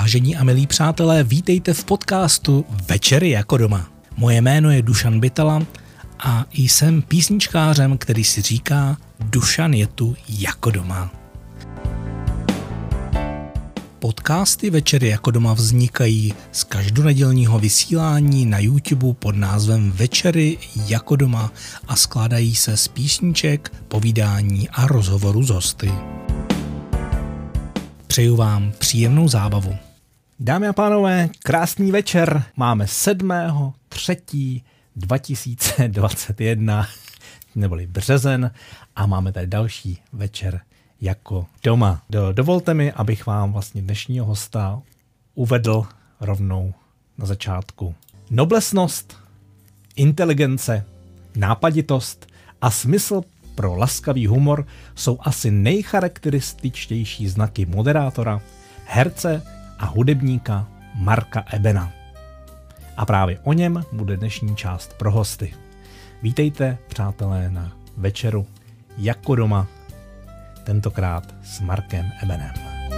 Vážení a milí přátelé, vítejte v podcastu Večery jako doma. Moje jméno je Dušan Bytala a jsem písničkářem, který si říká Dušan je tu jako doma. Podcasty Večery jako doma vznikají z každonedělního vysílání na YouTube pod názvem Večery jako doma a skládají se z písniček, povídání a rozhovorů s hosty. Přeju vám příjemnou zábavu. Dámy a pánové, krásný večer. Máme 7.3.2021, neboli březen, a máme tady další večer jako doma. Dovolte mi, abych vám vlastně dnešního hosta uvedl rovnou na začátku. Noblesnost, inteligence, nápaditost a smysl pro laskavý humor jsou asi nejcharakterističtější znaky moderátora, herce a hudebníka Marka Ebena. A právě o něm bude dnešní část pro hosty. Vítejte, přátelé, na večeru jako doma, tentokrát s Markem Ebenem.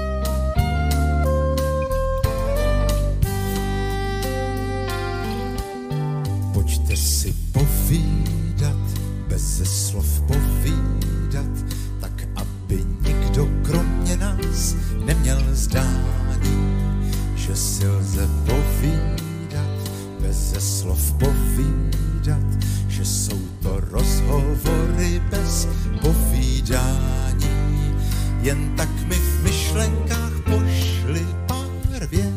Pojďte si povídat, beze slov povídat, tak aby nikdo kromě nás neměl zdání, že si lze povídat, beze slov povídat, že jsou to rozhovory bez povídání. Jen tak mi v myšlenkách pošli pár vět.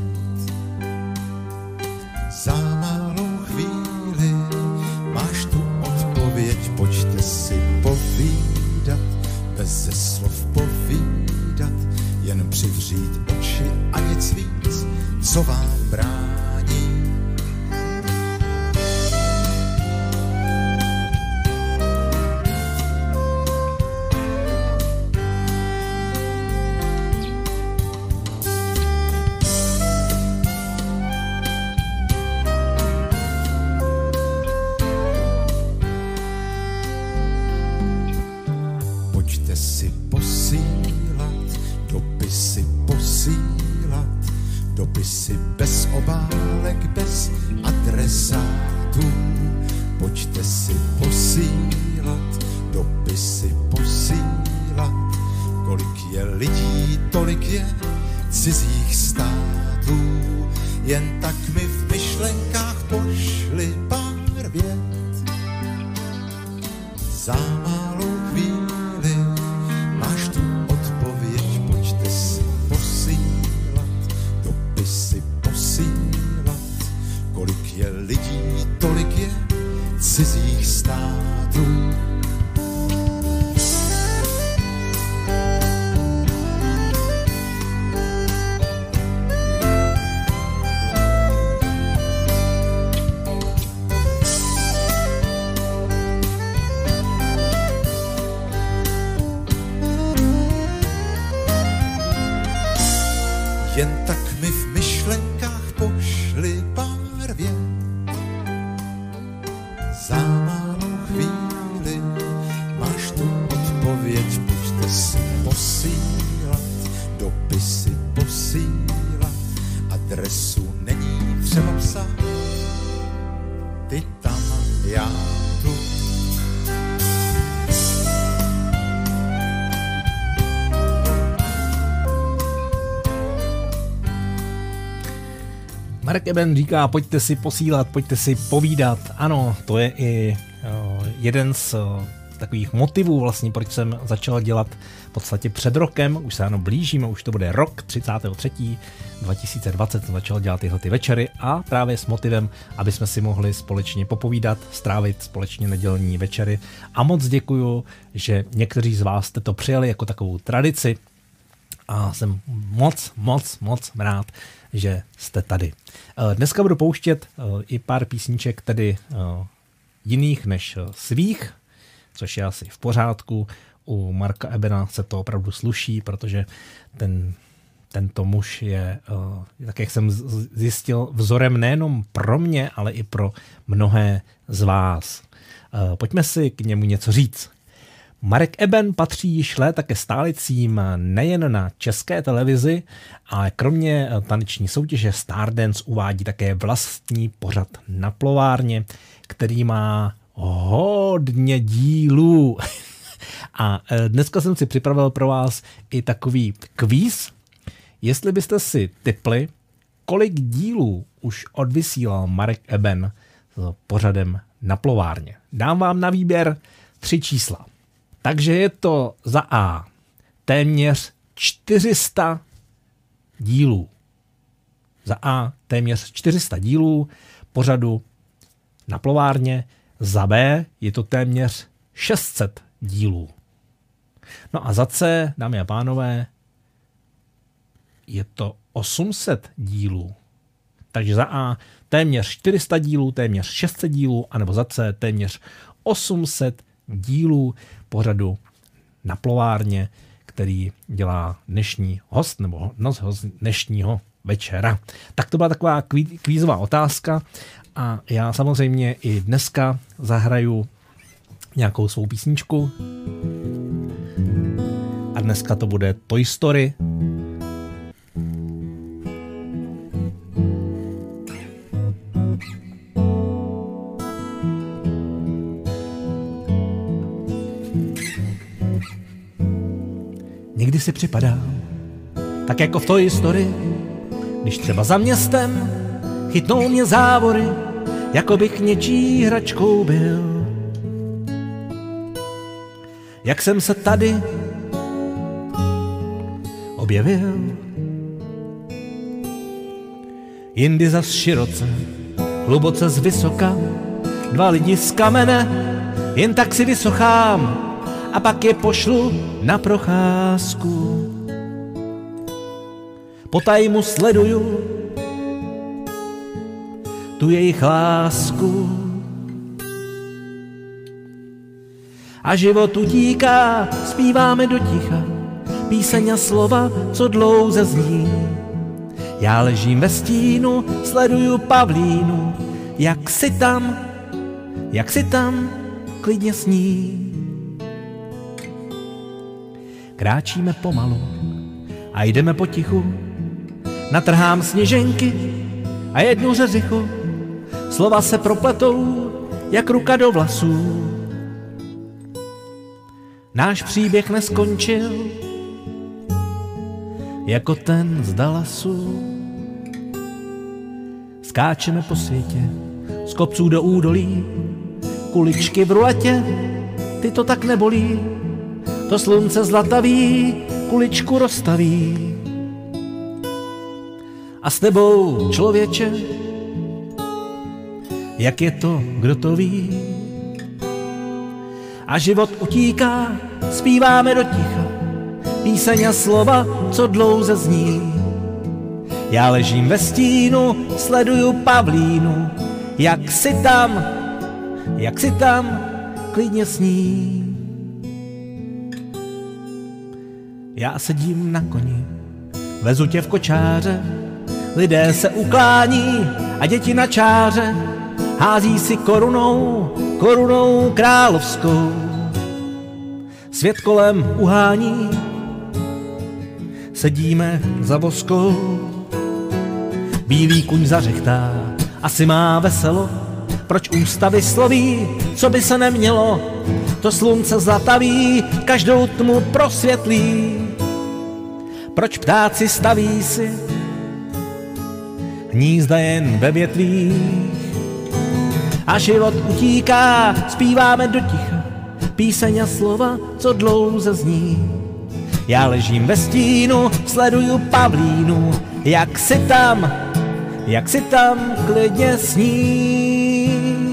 Za malou chvíli máš tu odpověď, pojďte si povídat, beze slov povídat, jen přivřít oči a nic víc, co vám brání. Dopisy bez obálek, bez adresátů. Pojďte si posílat, dopisy posílat. Kolik je lidí, tolik je cizích států. Jen tak mi v myšlenkách pošli pár vět. Za malou chvíli máš tu odpověď, pojďte si si posílat. Kolik je lidí, tolik je cizích států. Jen tak mi v myšlenkách pošli pár vět. Za malou chvíli máš tu odpověď, pojďte si posílat, dopisy posílat. Adresu není třeba psát, ty tam, já tu. Marek Eben říká, pojďte si posílat, pojďte si povídat. Ano, to je i jeden z takových motivů, vlastně, proč jsem začal dělat v podstatě před rokem, už se ano blížíme, už to bude rok, 33.2020 jsem začal dělat tyhle ty večery a právě s motivem, aby jsme si mohli společně popovídat, strávit společně nedělní večery. A moc děkuju, že někteří z vás jste to přijali jako takovou tradici a jsem moc rád, že jste tady. Dneska budu pouštět i pár písniček, tedy jiných než svých, což je asi v pořádku. U Marka Ebena se to opravdu sluší, protože tento muž je, tak jak jsem zjistil, vzorem nejenom pro mě, ale i pro mnohé z vás. Pojďme si k němu něco říct. Marek Eben patří již léta ke stálicím nejen na České televizi, ale kromě taneční soutěže Stardance uvádí také vlastní pořad na plovárně, který má hodně dílů. A dneska jsem si připravil pro vás i takový kvíz. Jestli byste si tipli, kolik dílů už odvysílal Marek Eben s pořadem na plovárně. Dám vám na výběr 3 čísla. Takže je to za A téměř 400 dílů. Za A téměř 400 dílů pořadu na plovárně. Za B je to téměř 600 dílů. No a za C, dámy a pánové, je to 800 dílů. Takže za A téměř 400 dílů, téměř 600 dílů, anebo za C téměř 800 dílů pořadu na plovárně, který dělá dnešní host, nebo host dnešního večera. Tak to byla taková kvízová otázka a já samozřejmě i dneska zahraju nějakou svou písničku. A dneska to bude Toy Story. Někdy si připadám, tak jako v Toy Story, když třeba za městem chytnou mě závory, jako bych něčí hračkou byl. Jak jsem se tady objevil, jindy zas široce, hluboce z vysoka, 2 lidi z kamene, jen tak si vysochám a pak je pošlu na procházku. Po tajmu sleduju tu jejich lásku. A život utíká, zpíváme do ticha, píseň a slova, co dlouze zní. Já ležím ve stínu, sleduju Pavlínu, jak si tam klidně sní. Kráčíme pomalu a jdeme potichu, natrhám sněženky a jednu řeřichu. Slova se propletou, jak ruka do vlasů. Náš příběh neskončil, jako ten z Dallasu. Skáčeme po světě, z kopců do údolí, kuličky v ruletě, ty to tak nebolí. To slunce zlataví, kuličku roztaví. A s tebou, člověče, jak je to, kdo to ví? A život utíká, zpíváme do ticha, píseň a slova, co dlouze zní. Já ležím ve stínu, sleduju Pavlínu, jak si tam klidně sní. Já sedím na koni, vezu tě v kočáře, lidé se uklání a děti na čáře hází si korunou královskou. Svět kolem uhání, sedíme za voskou. Bílý kuň zařechtá, asi má veselo, proč ústa vysloví, co by se nemělo. To slunce zlataví, každou tmu prosvětlí. Proč ptáci staví si hnízda jen ve větvích? A život utíká, zpíváme do ticha, píseň a slova, co dlouze zní. Já ležím ve stínu, sleduju Pavlínu, jak si tam klidně sní.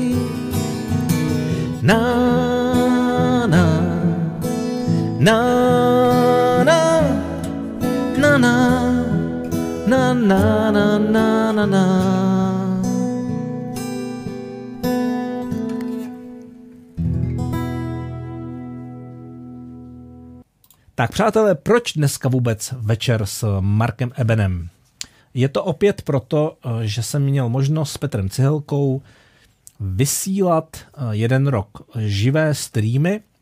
Na na na na na na na na na na na. Tak přátelé, proč dneska vůbec večer s Markem Ebenem? Je to opět proto, že jsem měl možnost s Petrem Cihelkou vysílat 1 rok živé streamy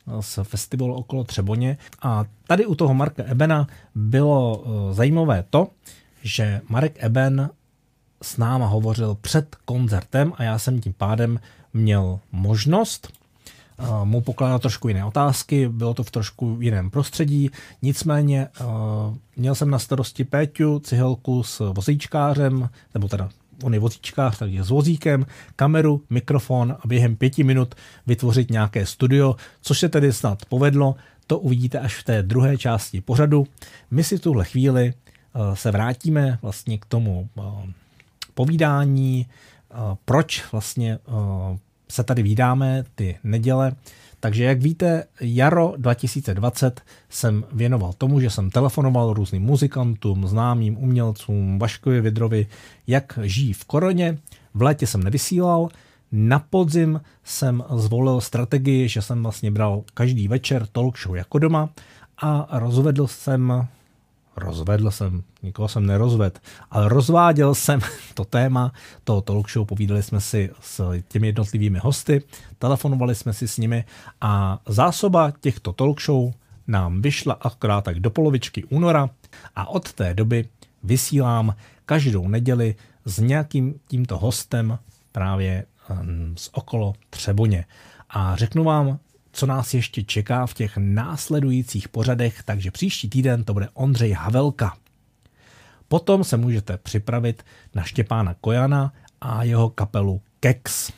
z festivalu okolo Třeboně. A tady u toho Marka Ebena bylo zajímavé to, že Marek Eben s náma hovořil před koncertem a já jsem tím pádem měl možnost mu pokládat trošku jiné otázky, bylo to v trošku jiném prostředí, nicméně měl jsem na starosti Péťu Cihelku s vozíčkářem, nebo teda on je vozíčkář, takže s vozíkem, kameru, mikrofon a během 5 minut vytvořit nějaké studio, což se tedy snad povedlo, to uvidíte až v té druhé části pořadu. My si v tuhle chvíli se vrátíme vlastně k tomu povídání, proč vlastně se tady vídáme ty neděle. Takže jak víte, jaro 2020 jsem věnoval tomu, že jsem telefonoval různým muzikantům, známým umělcům, Vaškovi Vidrovi, jak žijí v koroně. V létě jsem nevysílal, na podzim jsem zvolil strategii, že jsem vlastně bral každý večer talk show jako doma a rozvedl jsem, nikoho jsem nerozvedl, ale rozváděl jsem to téma toho talk show, povídali jsme si s těmi jednotlivými hosty, telefonovali jsme si s nimi a zásoba těchto talk show nám vyšla akorát tak do polovičky února a od té doby vysílám každou neděli s nějakým tímto hostem právě z okolo Třeboně. A řeknu vám, co nás ještě čeká v těch následujících pořadech, takže příští týden to bude Ondřej Havelka. Potom se můžete připravit na Štěpána Kojana a jeho kapelu Keks.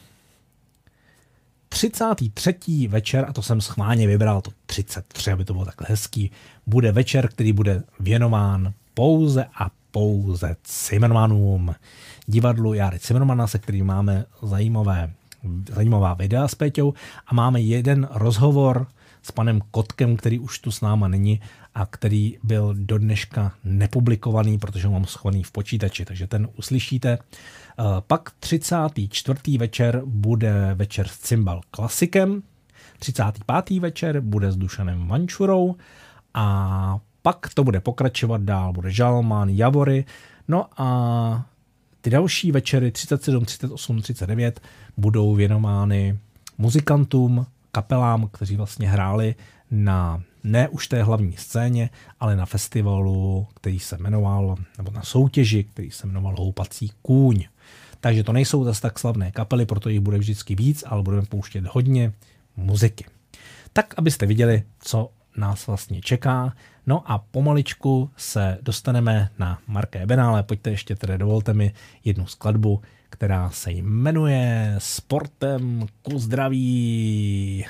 33. večer, a to jsem schválně vybral, to 33, aby to bylo takhle hezký, bude večer, který bude věnován pouze a pouze Cimrmanům. Divadlu Járy Cimrmana, se kterým máme zajímavá videa s Péťou a máme jeden rozhovor s panem Kotkem, který už tu s náma není a který byl do dneška nepublikovaný, protože ho mám schovaný v počítači, takže ten uslyšíte. Pak 34. večer bude večer s Cymbal Klasikem, 35. večer bude s Dušanem Vančurou a pak to bude pokračovat dál, bude Žalman, Javory, no a ty další večery 37, 38, 39 budou věnovány muzikantům, kapelám, kteří vlastně hráli na ne už té hlavní scéně, ale na festivalu, který se jmenoval, nebo na soutěži, který se jmenoval Houpací kůň. Takže to nejsou zase tak slavné kapely, proto jich bude vždycky víc, ale budeme pouštět hodně muziky. Tak, abyste viděli, co nás vlastně čeká. No a pomaličku se dostaneme na Marka Ebena, ale pojďte ještě tedy dovolte mi jednu skladbu, která se jmenuje Sportem ku zdraví.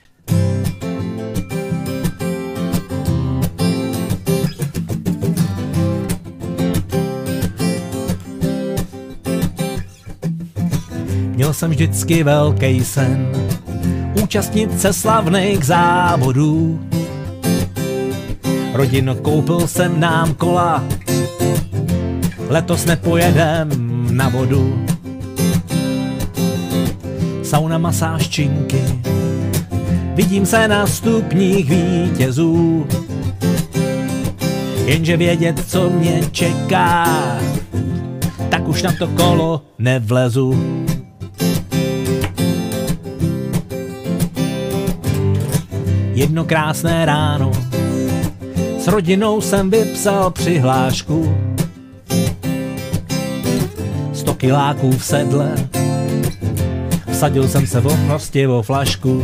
Měl jsem vždycky velký sen účastnit se slavných závodů. Rodino, koupil jsem nám kola, letos nepojedem na vodu. Sauna, masáž, činky, vidím se na stupních vítězů. Jenže vědět, co mě čeká, tak už na to kolo nevlezu. Jedno krásné ráno s rodinou jsem vypsal přihlášku. 100 kiláků v sedle, vsadil jsem se o prostivou flašku.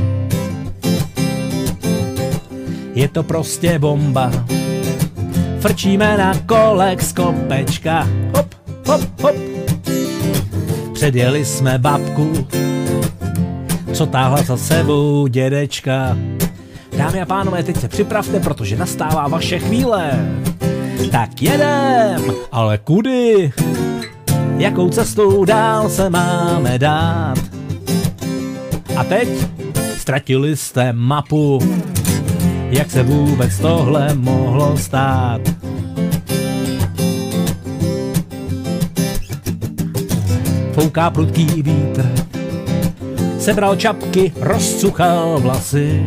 Je to prostě bomba, frčíme na kolek z kopečka. Hop, hop, hop. Předjeli jsme babku, co táhla za sebou dědečka. Dámy a pánové, teď se připravte, protože nastává vaše chvíle. Tak jedem, ale kudy? Jakou cestou dál se máme dát? A teď ztratili jste mapu. Jak se vůbec tohle mohlo stát? Fouká prudký vítr, sebral čapky, rozcuchal vlasy.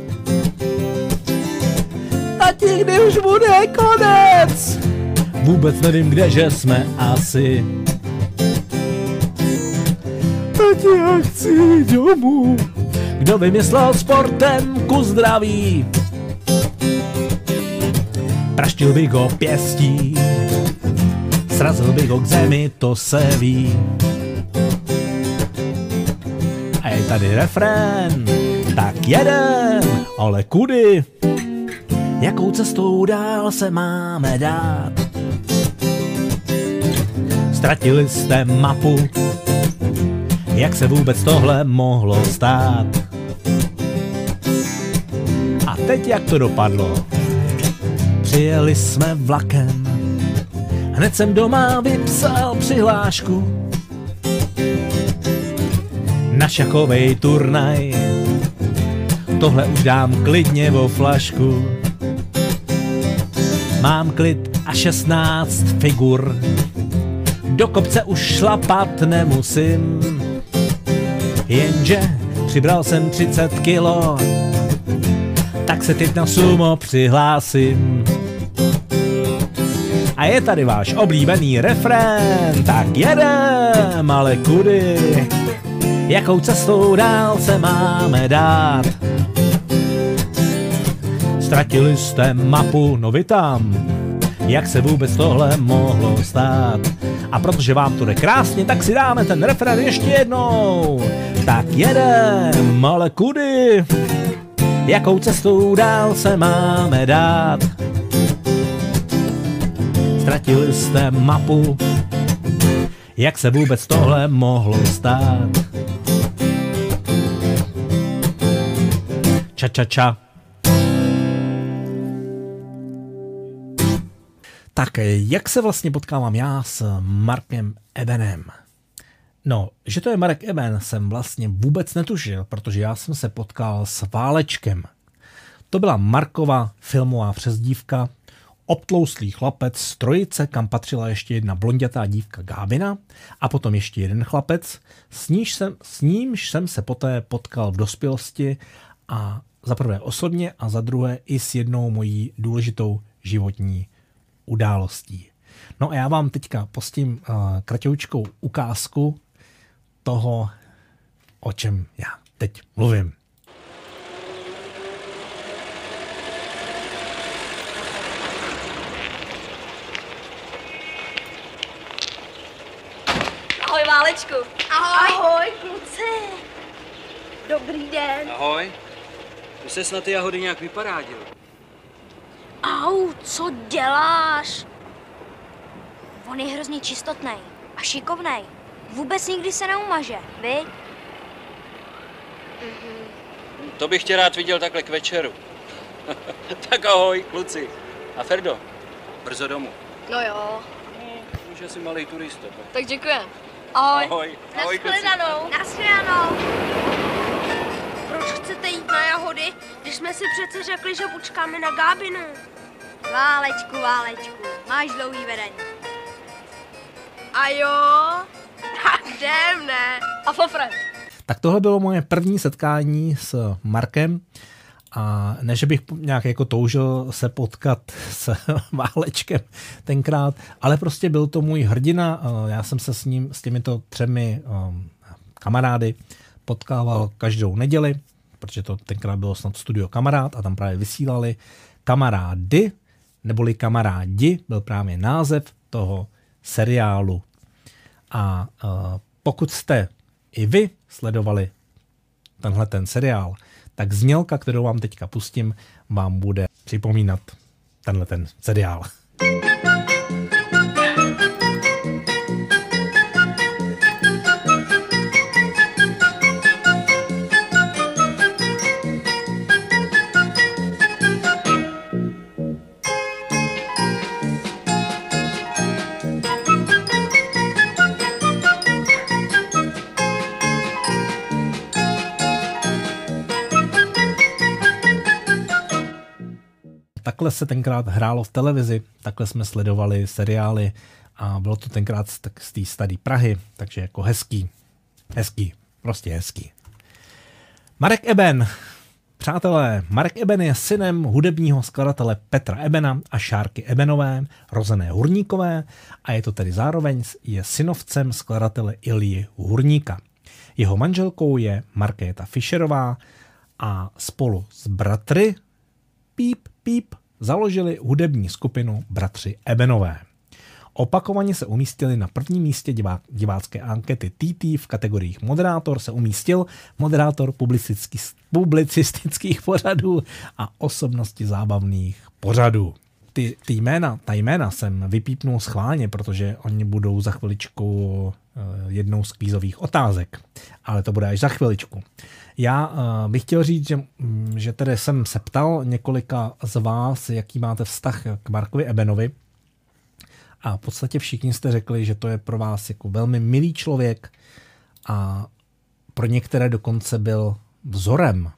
A někdy už bude konec, vůbec nevím, kdeže jsme asi. Teď já chci domů, kdo vymyslel sportem ku zdraví. Praštil bych ho pěstí, srazil bych ho k zemi, to se ví. A je tady refrén, tak jedem, ale kudy? Jakou cestou dál se máme dát? Ztratili jste mapu, jak se vůbec tohle mohlo stát? A teď jak to dopadlo? Přijeli jsme vlakem, hned jsem doma vypsal přihlášku na šachovej turnaj, tohle už dám klidně o flašku. Mám klid a 16 figur, do kopce už šlapat nemusím, jenže přibral jsem 30 kilo, tak se teď na sumo přihlásím. A je tady váš oblíbený refrén, tak jedem, ale kudy? Jakou cestou dál se máme dát? Ztratili jste mapu, no vy tam, jak se vůbec tohle mohlo stát? A protože vám to jde krásně, tak si dáme ten refrén ještě jednou. Tak jedem, ale kudy? Jakou cestou dál se máme dát? Ztratili jste mapu, jak se vůbec tohle mohlo stát? Ča, ča, ča. Tak jak se vlastně potkávám já s Markem Ebenem? No, že to je Marek Eben, jsem vlastně vůbec netušil, protože já jsem se potkal s Válečkem. To byla Markova filmová přezdívka, obtlouslý chlapec z trojice, kam patřila ještě jedna blondětá dívka Gábina a potom ještě jeden chlapec, s nímž jsem se poté potkal v dospělosti a za prvé osobně a za druhé i s jednou mojí důležitou životní událostí. No a já vám teďka pustím kratoučkou ukázku toho, o čem já teď mluvím. Ahoj, Válečku. Ahoj. Ahoj, kluci. Dobrý den. Ahoj. Ty ses na ty jahody nějak vyparádil. Au, co děláš? On je hrozně čistotnej a šikovnej. Vůbec nikdy se neumaže, viď? To bych tě rád viděl takhle k večeru. Tak ahoj, kluci. A Ferdo, brzo domů. No jo. Už jsi malej turista. Tak děkujem. Ahoj. Ahoj. Ahoj, kluci. Nashledanou. Proč chcete jít na jahody, když jsme si přece řekli, že počkáme na Gábinu? Válečku, máš dlouhý vedení. A jo? Tak jdem, ne? A Fofred. Tak tohle bylo moje první setkání s Markem a ne, že bych nějak jako toužil se potkat s Válečkem tenkrát, ale prostě byl to můj hrdina. Já jsem se s těmito třemi kamarády potkával každou neděli, protože to tenkrát bylo snad Studio Kamarád a tam právě vysílali Kamarády, neboli Kamarádi, byl právě název toho seriálu. A pokud jste i vy sledovali tenhle ten seriál, tak znělka, kterou vám teďka pustím, vám bude připomínat tenhle ten seriál. Takhle se tenkrát hrálo v televizi, takhle jsme sledovali seriály a bylo to tenkrát z té staré Prahy, takže jako hezký, prostě hezký. Marek Eben. Přátelé, Marek Eben je synem hudebního skladatele Petra Ebena a Šárky Ebenové, rozené Hurníkové, a je to tedy zároveň je synovcem skladatele Ilji Hurníka. Jeho manželkou je Markéta Fischerová a spolu s bratry Píp založili hudební skupinu Bratři Ebenové. Opakovaně se umístili na prvním místě divácké ankety TT v kategoriích moderátor se umístil, moderátor publicistických pořadů a osobnosti zábavných pořadů. Ta jména jsem vypípnul schválně, protože oni budou za chviličku jednou z kvízových otázek, ale to bude až za chviličku. Já bych chtěl říct, že tedy jsem se ptal několika z vás, jaký máte vztah k Markovi Ebenovi, a v podstatě všichni jste řekli, že to je pro vás jako velmi milý člověk a pro některé dokonce byl vzorem.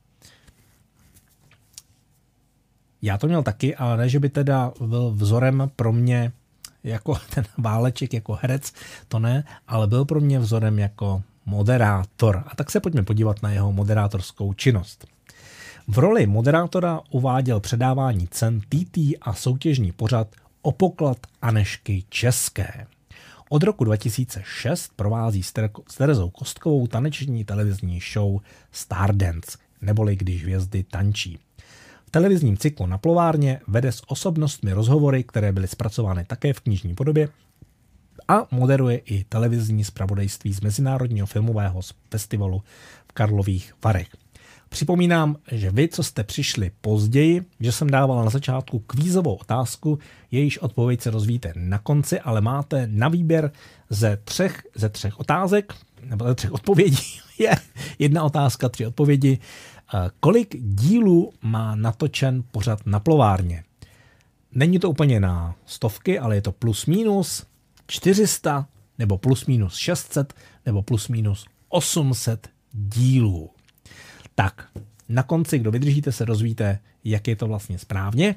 Já to měl taky, ale ne, že by teda byl vzorem pro mě jako ten Váleček, jako herec, to ne, ale byl pro mě vzorem jako moderátor. A tak se pojďme podívat na jeho moderátorskou činnost. V roli moderátora uváděl předávání cen TT a soutěžní pořad O poklad Anežky České. Od roku 2006 provází s Terezou Kostkovou taneční televizní show Stardance, neboli Když hvězdy tančí. V televizním cyklu Na plovárně vede s osobnostmi rozhovory, které byly zpracovány také v knižní podobě, a moderuje i televizní zpravodajství z Mezinárodního filmového festivalu v Karlových Varech. Připomínám, že vy, co jste přišli později, že jsem dával na začátku kvízovou otázku, jejíž odpověď se dozvíte na konci, ale máte na výběr ze třech otázek, nebo ze 3 odpovědí, je 1 otázka, 3 odpovědi. Kolik dílů má natočen pořad Na plovárně? Není to úplně na stovky, ale je to plus minus 400, nebo plus minus 600, nebo plus minus 800 dílů. Tak, na konci, kdo vydržíte, se dozvíte, jak je to vlastně správně.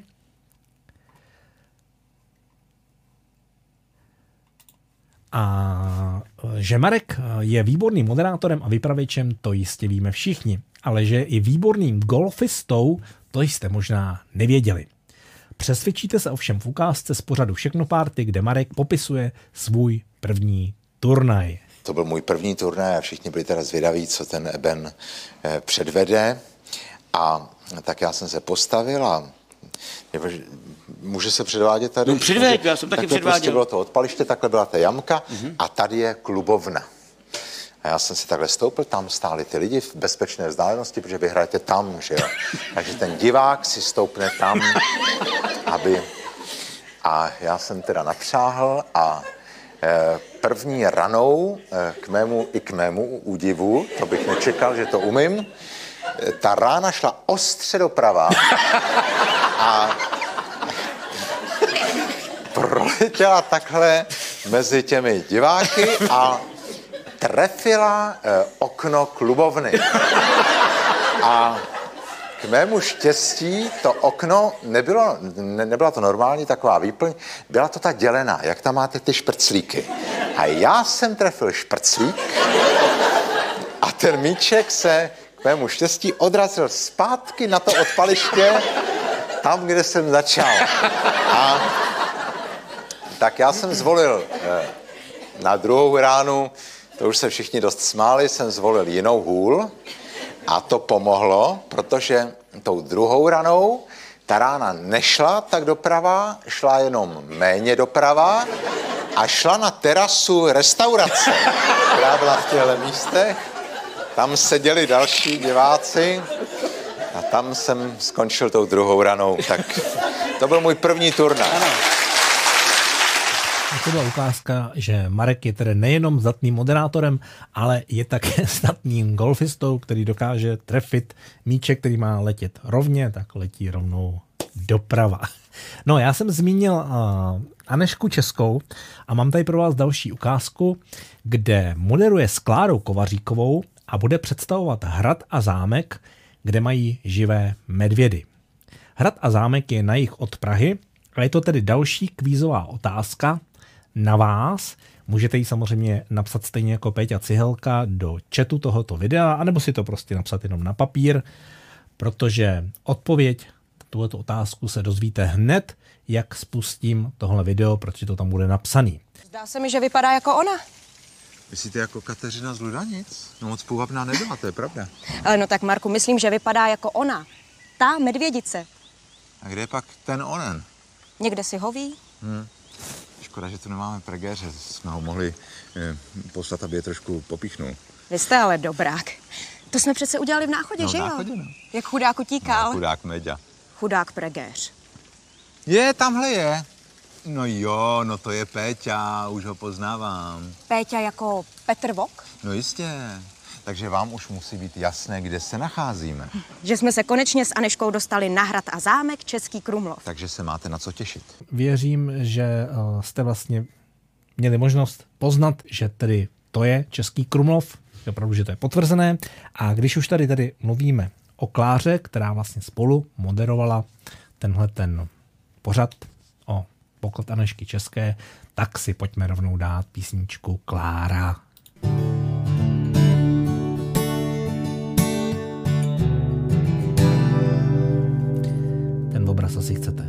A že Marek je výborným moderátorem a vypravěčem, to jistě víme všichni. Ale že je i výborným golfistou, to jste možná nevěděli. Přesvědčíte se ovšem v ukázce z pořadu Všechno Party, kde Marek popisuje svůj první turnaj. To byl můj první turnaj a všichni byli teda zvědaví, co ten Eben předvede. A tak já jsem se postavil a může se předvádět tady? No předveď, já jsem taky předváděl. Prostě bylo to odpaliště, takhle byla ta jamka a tady je klubovna. A já jsem si takhle stoupil, tam stáli ty lidi v bezpečné vzdálenosti, protože vy hrajete tam, že jo. Takže ten divák si stoupne tam, aby... A já jsem teda napřáhl a první ranou k mému údivu, to bych nečekal, že to umím, ta rána šla ostře doprava a proletěla takhle mezi těmi diváky a trefila okno klubovny. A k mému štěstí to okno nebyla to normální taková výplň, byla to ta dělená, jak tam máte ty šprclíky. A já jsem trefil šprclík a ten míček se k mému štěstí odrazil zpátky na to odpaliště, tam, kde jsem začal. A tak já jsem zvolil na druhou ránu, to už se všichni dost smáli, jsem zvolil jinou hůl a to pomohlo, protože tou druhou ranou ta rána nešla tak doprava, šla jenom méně doprava a šla na terasu restaurace, která byla v těchto místech. Tam seděli další diváci a tam jsem skončil tou druhou ranou. Tak to byl můj první turnaj. To byla ukázka, že Marek je tedy nejenom zdatným moderátorem, ale je také zdatným golfistou, který dokáže trefit míček, který má letět rovně, tak letí rovnou doprava. No, já jsem zmínil Anežku Českou a mám tady pro vás další ukázku, kde moderuje s Klárou Kovaříkovou a bude představovat Hrad a zámek, kde mají živé medvědy. Hrad a zámek je na jih od Prahy a je to tedy další kvízová otázka na vás. Můžete ji samozřejmě napsat stejně jako Péťa Cihelka do chatu tohoto videa, anebo si to prostě napsat jenom na papír, protože odpověď na tuto otázku se dozvíte hned, jak spustím tohle video, protože to tam bude napsaný. Zdá se mi, že vypadá jako ona. Myslíte jako Kateřina z Ludanic? No moc půvabná nebyla, to je pravda. No tak Marku, myslím, že vypadá jako ona. Ta medvědice. A kde je pak ten onen? Někde si ho ví? Škoda, že tu nemáme pregéře, jsme ho mohli poslat, aby je trošku popíchnul. Vy jste ale dobrák. To jsme přece udělali v Náchodě, No, že v jo? Náchodě, no. Jak chudák utíkal. No, chudák Meďa. Chudák pregéř. Tamhle je. No jo, no to je Péťa, už ho poznávám. Péťa jako Petr Vok? No jistě. Takže vám už musí být jasné, kde se nacházíme. Že jsme se konečně s Aneškou dostali na hrad a zámek Český Krumlov. Takže se máte na co těšit. Věřím, že jste vlastně měli možnost poznat, že tedy to je Český Krumlov, opravdu, že to je potvrzené. A když už tady mluvíme o Kláře, která vlastně spolu moderovala tenhle ten pořad o poklad Anešky České, tak si pojďme rovnou dát písničku Klára. Ten obraz asi chcete.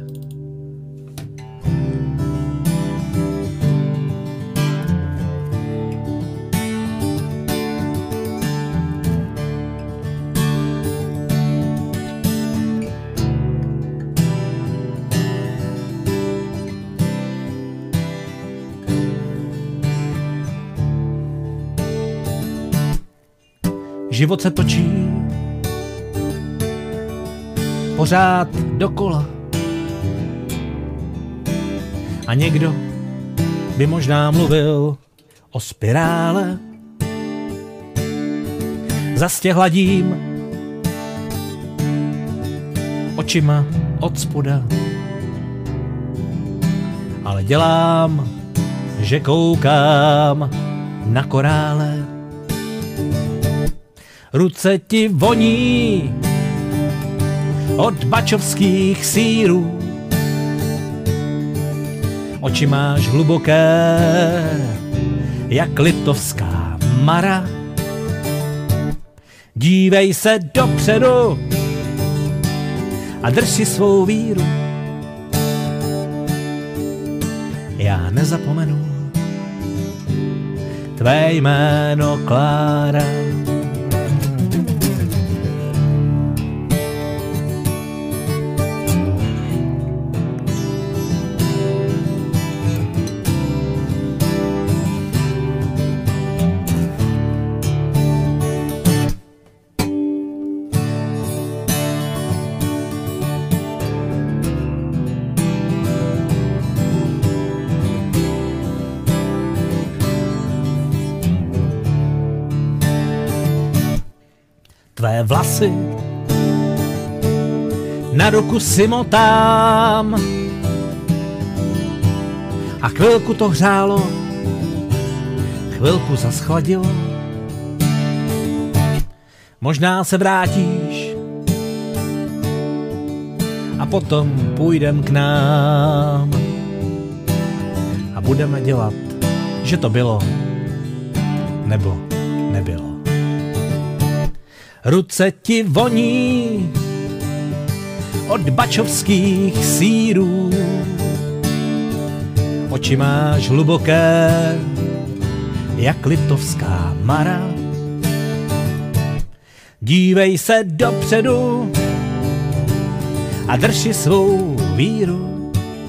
Život se točí pořád dokola a někdo by možná mluvil o spirále. Zas hladím očima od spoda, ale dělám, že koukám na korále. Ruce ti voní od bačovských sýrů, oči máš hluboké jak litovská mara. Dívej se dopředu a drž si svou víru. Já nezapomenu tvé jméno Klára. Tvé vlasy na ruku si motám a chvilku to hřálo, chvilku zaschladilo. Možná se vrátíš a potom půjdem k nám a budeme dělat, že to bylo nebo nebylo. Ruce ti voní od bačovských sýrů, oči máš hluboké jak litovská mara. Dívej se dopředu a drž si svou víru.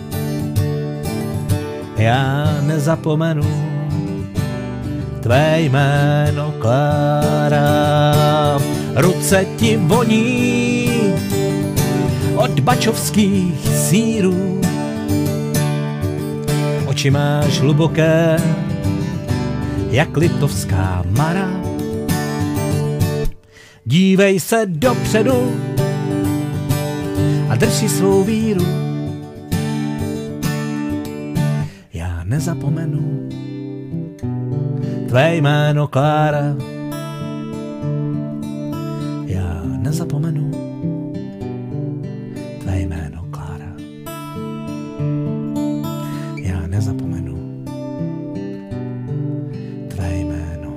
Já nezapomenu tvé jméno Klára. Ruce ti voní od bačovských sýrů, oči máš hluboké jak litovská mara. Dívej se dopředu a drž si svou víru. Já nezapomenu tvé jméno Klára. Já nezapomenu tvé jméno Klára. Já nezapomenu tvé jméno.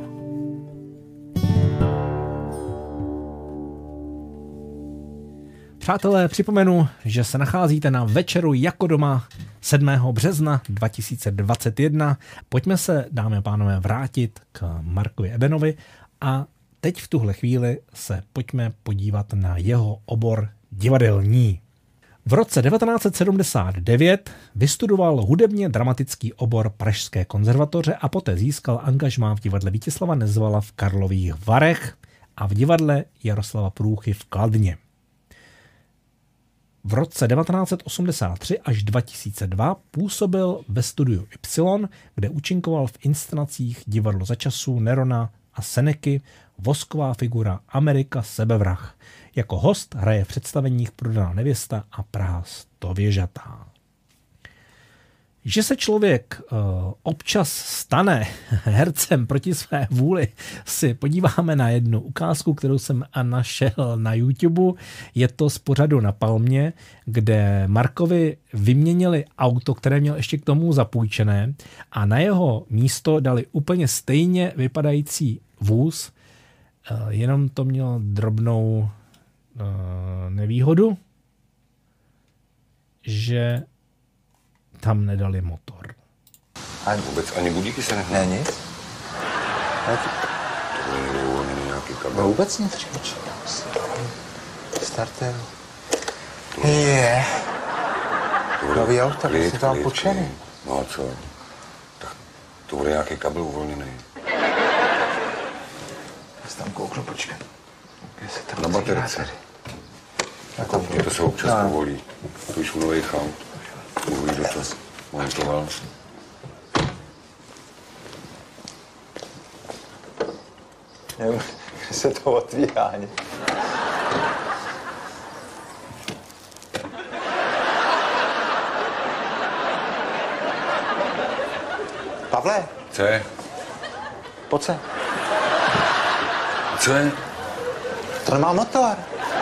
Přátelé, připomenu, že se nacházíte na večeru Jako doma 7. března 2021. Pojďme se, dámy a pánové, vrátit k Markovi Ebenovi a teď v tuhle chvíli se pojďme podívat na jeho obor divadelní. V roce 1979 vystudoval hudebně dramatický obor Pražské konzervatoře a poté získal angažmá v divadle Vítězslava Nezvala v Karlových Varech a v divadle Jaroslava Průchy v Kladně. V roce 1983 až 2002 působil ve studiu Y, kde účinkoval v inscenacích Divadlo za časů Nerona a Seneky, Vosková figura, Amerika, Sebevrah. Jako host hraje v představeních Prodaná nevěsta a Praha 100 věžatá. Že se člověk občas stane hercem proti své vůli, si podíváme na jednu ukázku, kterou jsem našel na YouTube. Je to z pořadu Na Palmě, kde Markovi vyměnili auto, které měl ještě k tomu zapůjčené a na jeho místo dali úplně stejně vypadající vůz, jenom to mělo drobnou nevýhodu, že tam nedali motor. Ani vůbec ani budíky se nechne. Ne, nic. To bude někdo uvolněný nějaký kabel. No vůbec nic, člověče. Starter. Je. Nový auto, klid, jsi tam klid, počený. klid. No a co? Tak to bude nějaký kabel uvolněný. Já se tam kouknu, počkej. Na baterce. To se občas povolí. To už u nových aut. Uvidí, kdo to montoval. Nevím, kde se to otvírá ani. Pavle, Co je? pojď se. Co je? To nemá motor.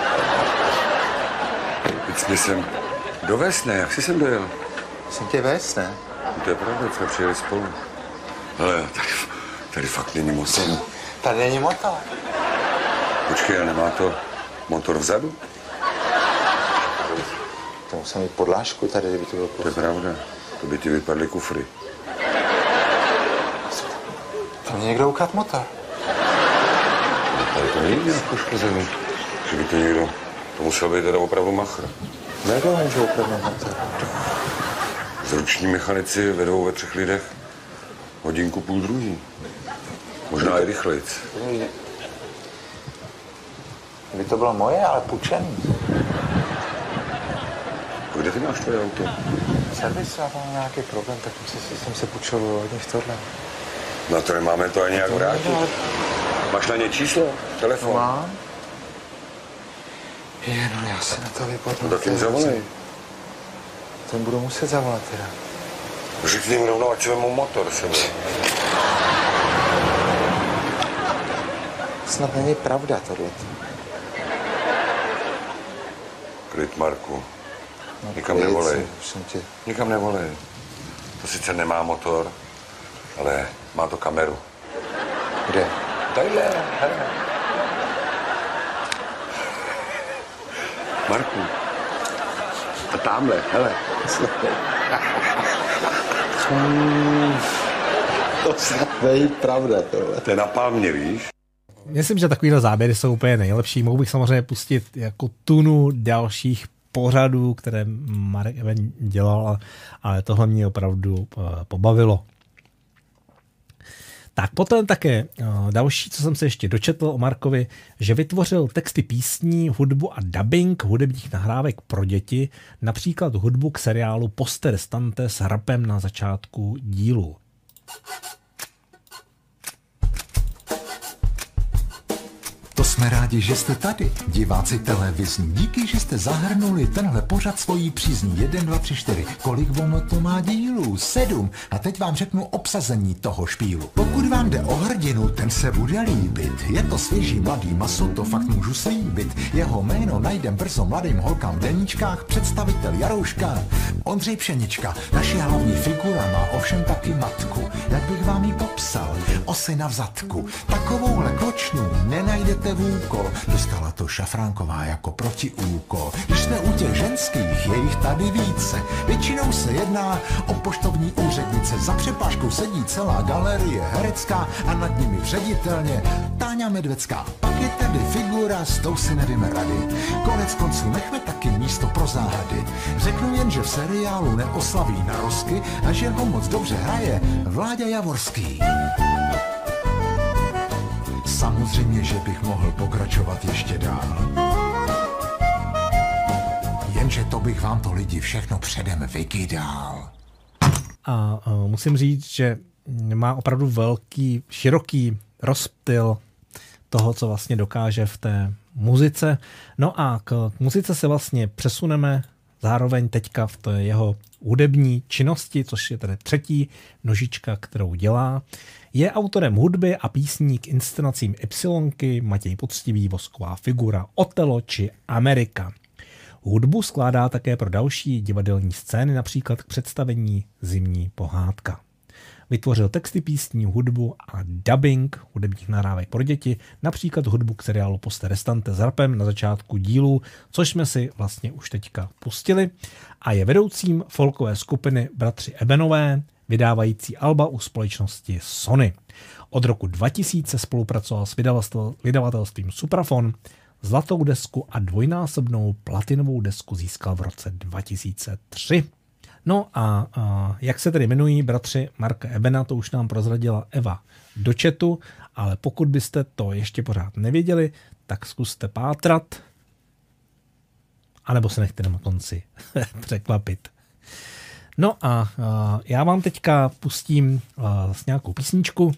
Teď jsme sem dovez, ne? Jak jsi sem dojel? Jsem tě vést, ne? To je pravda, jsme přijeli spolu. Hele, tady fakt není motor. Tady není motor. Počkej, a nemá to motor vzadu? To musím mít podlážku tady, kdyby to bylo To je pravda. To by ti vypadly kufry. To mě někdo ukradl motor. Ale to není nějak poškozený. Že by to někdo... To musel být teda opravdu machr. Nekdo může ukradnout motor. Zruční mechanici vedou ve 3 lidech hodinku půl druhý. Možná i rychlejc. Kdyby to bylo moje, ale půjčený. A kde ty máš tvoje auto? Servis, já mám nějaký problém, tak jsem se půjčil hodně v tohle. No to nemáme to ani nějak vrátit. Máš na ně číslo? Telefon? Mám. No já se na to vypadnu. No tak jim zavolej. Ten budu muset zavolat teda. Řekni jim rovnou, ať si vemou motor sebou. Snad není pravda tohle. Klid, Marku. No, Nikam nevolej. Tě... Nikam nevolej. To sice nemá motor, ale má to kameru. Kde? Tadyhle, hele. Marku. A tamhle, hele. To snad není pravda tohle. To je na Palmě, víš? Myslím, že takovýhle záběry jsou úplně nejlepší. Mohu bych samozřejmě pustit jako tunu dalších pořadů, které Marek Eben dělal, ale tohle mě opravdu pobavilo. Tak potom také další, co jsem se ještě dočetl o Markovi, že vytvořil texty písní, hudbu a dubbing hudebních nahrávek pro děti, například hudbu k seriálu Poste restante s rapem na začátku dílu. To jsme rádi, že jste tady, diváci televizní. Díky, že jste zahrnuli tenhle pořad svojí přízní. 1, 2, 3, 4. Kolik ono to má dílů? 7. A teď vám řeknu obsazení toho špílu. Pokud vám jde o hrdinu, ten se bude líbit. Je to svěží mladý maso, to fakt můžu slíbit. Jeho jméno najdem brzo mladým holkám v deníčkách. Představitel Jarouška, Ondřej Pšenička. Naše hlavní figura má ovšem taky matku. Jak bych vám ji popsal? Osy na vzadku. Takovouhle kločnu nenajdete vůbec úkol. Dostala to Šafránková jako protiúkol. Když jsme u těch ženských, je jich tady více. Většinou se jedná o poštovní úřednice. Za přepážkou sedí celá galerie herecká a nad nimi ředitelně Táňa Medvecká. Pak je tady figura, s tou si nevím rady. Konec konců nechme taky místo pro záhady. Řeknu jen, že v seriálu neoslaví narosky a že ho moc dobře hraje Vláďa Javorský. Samozřejmě, že bych mohl pokračovat ještě dál. Jenže to bych vám to lidi všechno předem vykydal. A musím říct, že má opravdu velký, široký rozptyl toho, co vlastně dokáže v té muzice. No a k muzice se vlastně přesuneme zároveň teďka v té jeho hudební činnosti, což je tedy třetí nožička, kterou dělá. Je autorem hudby a písní k inscenacím Ypsilonky, Matěj Poctivý, Vosková figura, Otelo či Amerika. Hudbu skládá také pro další divadelní scény, například k představení Zimní pohádka. Vytvořil texty písní, hudbu a dubbing hudebních nahrávek pro děti, například hudbu k seriálu Poste restante s rapem na začátku dílu, což jsme si vlastně už teďka pustili, a je vedoucím folkové skupiny Bratři Ebenové, vydávající alba u společnosti Sony. Od roku 2000 spolupracoval s vydavatelstvím Suprafon, zlatou desku a dvojnásobnou platinovou desku získal v roce 2003. No a jak se tedy jmenují bratři Marka Ebena, to už nám prozradila Eva do chatu, ale pokud byste to ještě pořád nevěděli, tak zkuste pátrat, anebo se nechte na konci překvapit. No a já vám teďka pustím s nějakou písničku.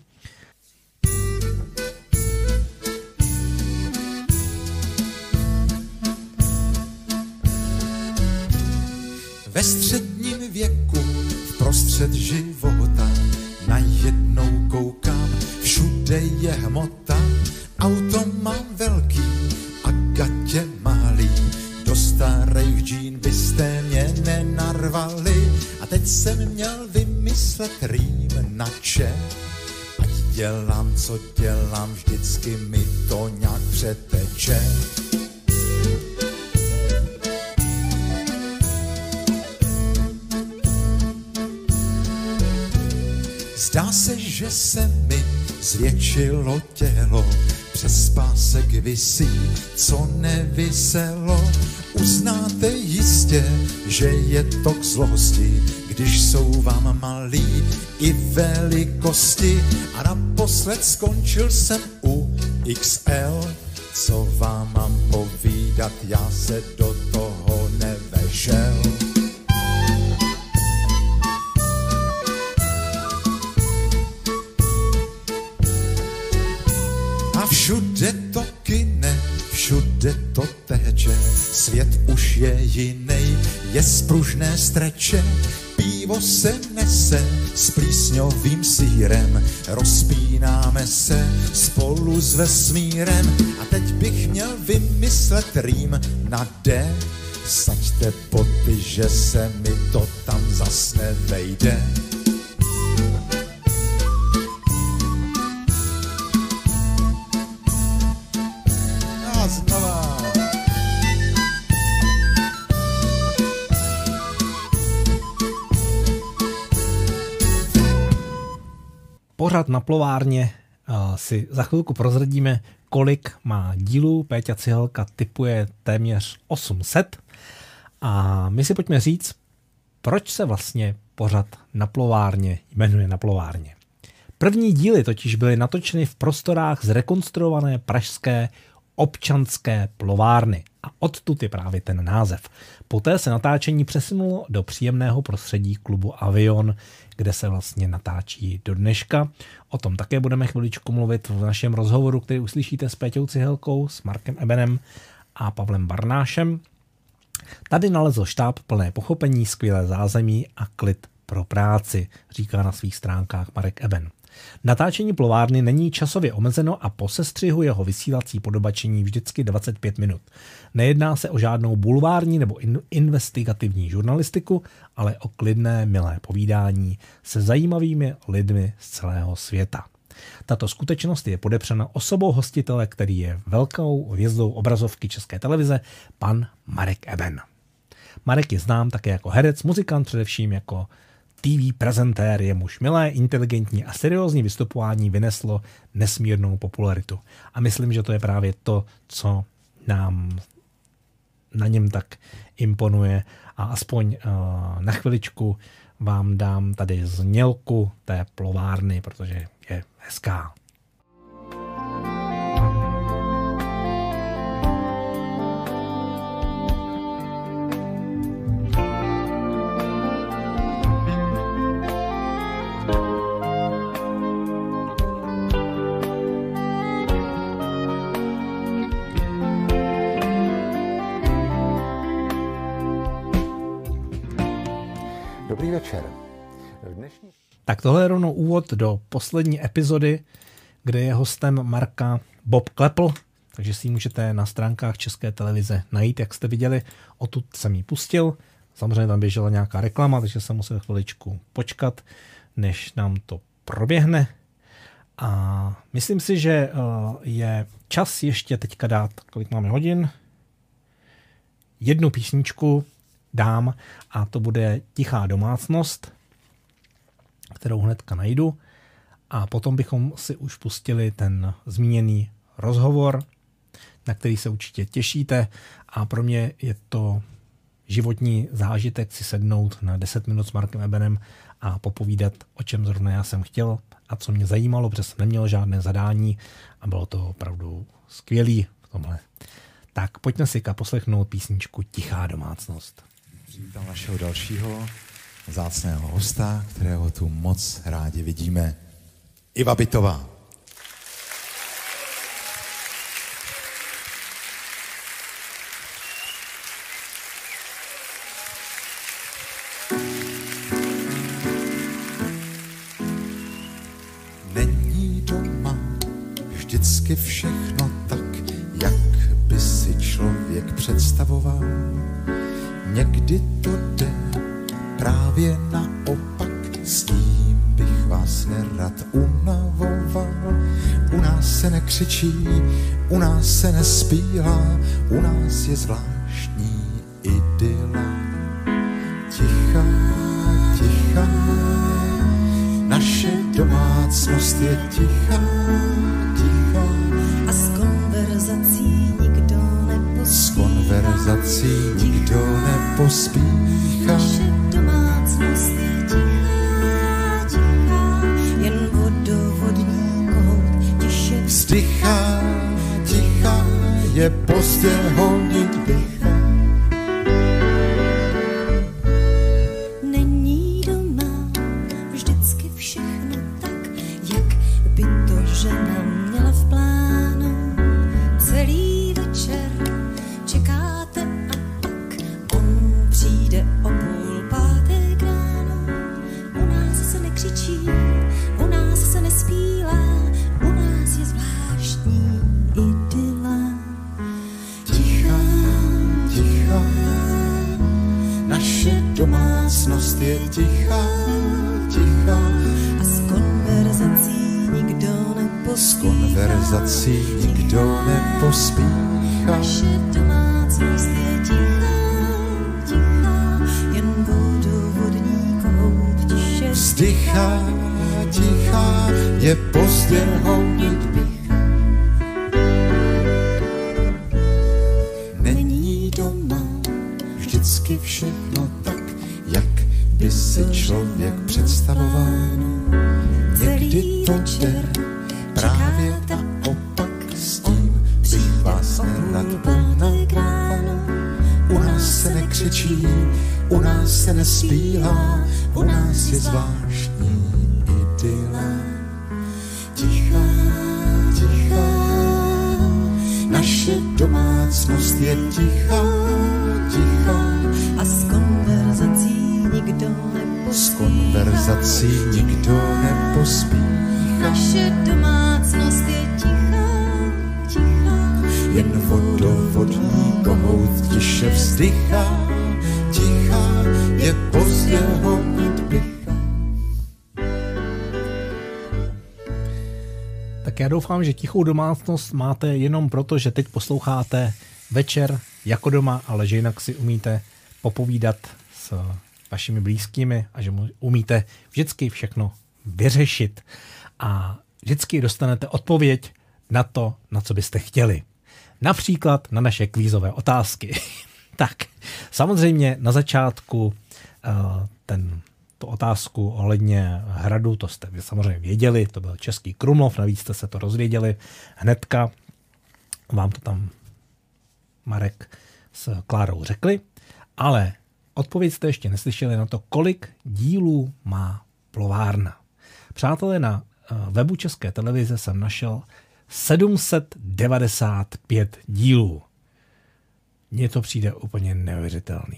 Ve středním věku, vprostřed života, najednou koukám, všude je hmota. Auto mám velký a gatě malý, do starých džín byste mě nenarvali. A teď jsem měl vymyslet rým na če. Ať dělám, co dělám, vždycky mi to nějak přeteče. Zdá se, že se mi zvětšilo tělo, přes pásek visí, co nevyselo. Uznáte jistě, že je to k zlosti, když jsou vám malí i velikosti. A naposled skončil jsem u XL, co vám mám povídat, já se do toho nevešel. Všude to kyne, všude to teče, svět už je jinej, je z pružné streče. Pivo se nese s plísňovým sýrem, rozpínáme se spolu s vesmírem. A teď bych měl vymyslet rým na D. Saďte boty, že se mi to tam zas nevejde. Znova. Pořád na plovárně si za chvilku prozradíme, kolik má dílů. Péťa Cihelka tipuje téměř 800. A my si pojďme říct, proč se vlastně pořad na plovárně jmenuje Na plovárně. První díly totiž byly natočeny v prostorách zrekonstruované pražské občanské plovárny. A odtud je právě ten název. Poté se natáčení přesunulo do příjemného prostředí klubu Avion, kde se vlastně natáčí do dneška. O tom také budeme chviličku mluvit v našem rozhovoru, který uslyšíte s Péťou Cihelkou, s Markem Ebenem a Pavlem Barnášem. Tady nalezl štáb plné pochopení, skvělé zázemí a klid pro práci, říká na svých stránkách Marek Eben. Natáčení plovárny není časově omezeno a po sestřihu jeho vysílací podobačení vždycky 25 minut. Nejedná se o žádnou bulvární nebo investigativní žurnalistiku, ale o klidné, milé povídání se zajímavými lidmi z celého světa. Tato skutečnost je podepřena osobou hostitele, který je velkou hvězdou obrazovky České televize, pan Marek Eben. Marek je znám také jako herec, muzikant, především jako TV prezentér, je muž milé, inteligentní a seriózní vystupování vyneslo nesmírnou popularitu. A myslím, že to je právě to, co nám na něm tak imponuje a aspoň na chviličku vám dám tady znělku té plovárny, protože je hezká. Dobrý večer. Tak tohle je rovnou úvod do poslední epizody, kde je hostem Marka Bob Klepl, takže si ji můžete na stránkách České televize najít, jak jste viděli. Odtud jsem ji pustil, samozřejmě tam běžela nějaká reklama, takže jsem musel chviličku počkat, než nám to proběhne. A myslím si, že je čas ještě teďka dát, kolik máme hodin, jednu písničku dám a to bude Tichá domácnost, kterou hnedka najdu a potom bychom si už pustili ten zmíněný rozhovor, na který se určitě těšíte a pro mě je to životní zážitek si sednout na 10 minut s Markem Ebenem a popovídat, o čem zrovna já jsem chtěl a co mě zajímalo, protože jsem neměl žádné zadání a bylo to opravdu skvělý v tomhle. Tak pojďme si poslechnout písničku Tichá domácnost. Vítám našeho dalšího vzácného hosta, kterého tu moc rádi vidíme. Iva Bytová. Není doma vždycky všechno tak, jak by si člověk představoval. Někdy to jde právě naopak, s tím bych vás nerad unavoval. U nás se nekřičí, u nás se nespílá, u nás je zvláštní idyla. Tichá, tichá, naše domácnost je tichá, tichá. A s konverzací nikdo s konverzací nikdo nepospíchá. Naše domácnost je tichá, tichá, jen vodovodní kohout tiše vzdychá, tichá, je pozdě honit bycha. Není doma vždycky všechno tak, jak by to žena měla v plánu. Celý večer čekáte a pak on přijde o 4:30 ráno. U nás se nekřičí, u nás se nespílá, u nás je zvláštní idyla. Tichá, tichá, naše domácnost je tichá, tichá. A s konverzací nikdo s konverzací nikdo nepospíchá. Naše domácnost je tichá, tichá, jen vodovodní kohout tiše vzdychá, tichá, je pozdě honit bycha. Není doma vždycky všechno tak, jak by si člověk představoval. Někdy to jde právě naopak, s tím bych vás nerad unavoval. U nás se nekřičí, u nás se nespílá, u nás je zvláštní idyla. Tichá, tichá, naše domácnost je tichá, tichá. A s konverzací nikdo s konverzací nikdo nepospíchá. Naše domácnost je tichá, tichá, jen vodovodní kohout tiše vzdychá, tichá, je pozdě honit bycha. Tak já doufám, že tichou domácnost máte jenom proto, že teď posloucháte Večer jako doma, ale že jinak si umíte popovídat s vašimi blízkými a že umíte vždycky všechno vyřešit. A vždycky dostanete odpověď na to, na co byste chtěli. Například na naše kvízové otázky. Tak, samozřejmě na začátku tu otázku ohledně hradu, to jste samozřejmě věděli, to byl Český Krumlov, navíc jste se to rozvěděli hnedka. Vám to tam Marek s Klárou řekli, ale odpověď jste ještě neslyšeli na to, kolik dílů má plovárna. Přátelé, na webu České televize jsem našel 795 dílů. Mně to přijde úplně neuvěřitelný.